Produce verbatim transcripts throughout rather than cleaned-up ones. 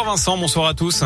Bonsoir Vincent, bonsoir à tous.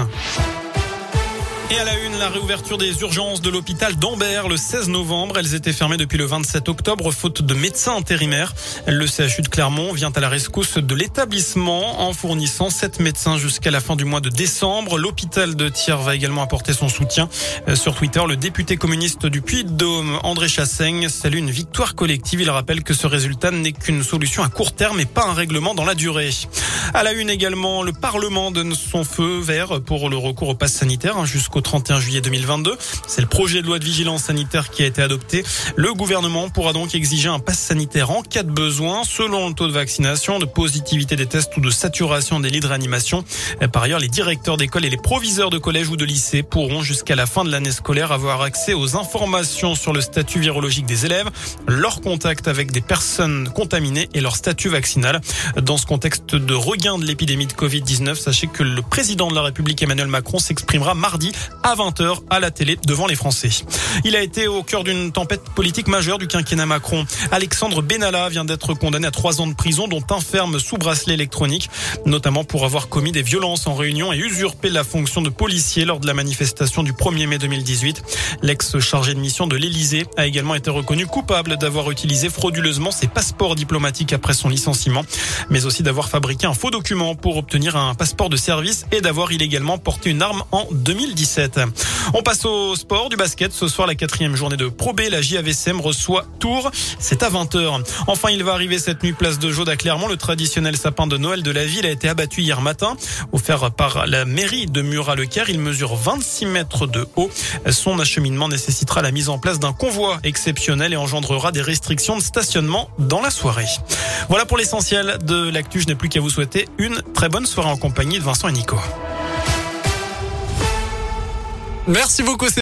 Et à la une, la réouverture des urgences de l'hôpital d'Ambert le seize novembre. Elles étaient fermées depuis le vingt-sept octobre, faute de médecins intérimaires. Le C H U de Clermont vient à la rescousse de l'établissement en fournissant sept médecins jusqu'à la fin du mois de décembre. L'hôpital de Thiers va également apporter son soutien. Sur Twitter, le député communiste du Puy-de-Dôme, André Chassaigne, salue une victoire collective. Il rappelle que ce résultat n'est qu'une solution à court terme et pas un règlement dans la durée. À la une également, le Parlement donne son feu vert pour le recours au pass sanitaire jusqu'au trente et un juillet deux mille vingt-deux. C'est le projet de loi de vigilance sanitaire qui a été adopté. Le gouvernement pourra donc exiger un pass sanitaire en cas de besoin, selon le taux de vaccination, de positivité des tests ou de saturation des lits de réanimation. Par ailleurs, les directeurs d'école et les proviseurs de collège ou de lycée pourront jusqu'à la fin de l'année scolaire avoir accès aux informations sur le statut virologique des élèves, leur contact avec des personnes contaminées et leur statut vaccinal. Dans ce contexte de regain de l'épidémie de covid dix-neuf, sachez que le président de la République Emmanuel Macron s'exprimera mardi à vingt heures à la télé devant les Français. Il a été au cœur d'une tempête politique majeure du quinquennat Macron. Alexandre Benalla vient d'être condamné à trois ans de prison, dont un ferme sous bracelet électronique, notamment pour avoir commis des violences en réunion et usurpé la fonction de policier lors de la manifestation du premier mai deux mille dix-huit. L'ex-chargé de mission de l'Élysée a également été reconnu coupable d'avoir utilisé frauduleusement ses passeports diplomatiques après son licenciement, mais aussi d'avoir fabriqué un faux document pour obtenir un passeport de service et d'avoir illégalement porté une arme en deux mille dix-sept. On passe au sport, du basket. Ce soir, la quatrième journée de Pro B, la J A V C M reçoit Tours. C'est à vingt heures. Enfin, il va arriver cette nuit place de Jaude à Clermont. Le traditionnel sapin de Noël de la ville a été abattu hier matin, offert par la mairie de Murat-le-Caire. Il mesure vingt-six mètres de haut. Son acheminement nécessitera la mise en place d'un convoi exceptionnel et engendrera des restrictions de stationnement dans la soirée. Voilà pour l'essentiel de l'actu. Je n'ai plus qu'à vous souhaiter une très bonne soirée en compagnie de Vincent et Nico. Merci beaucoup.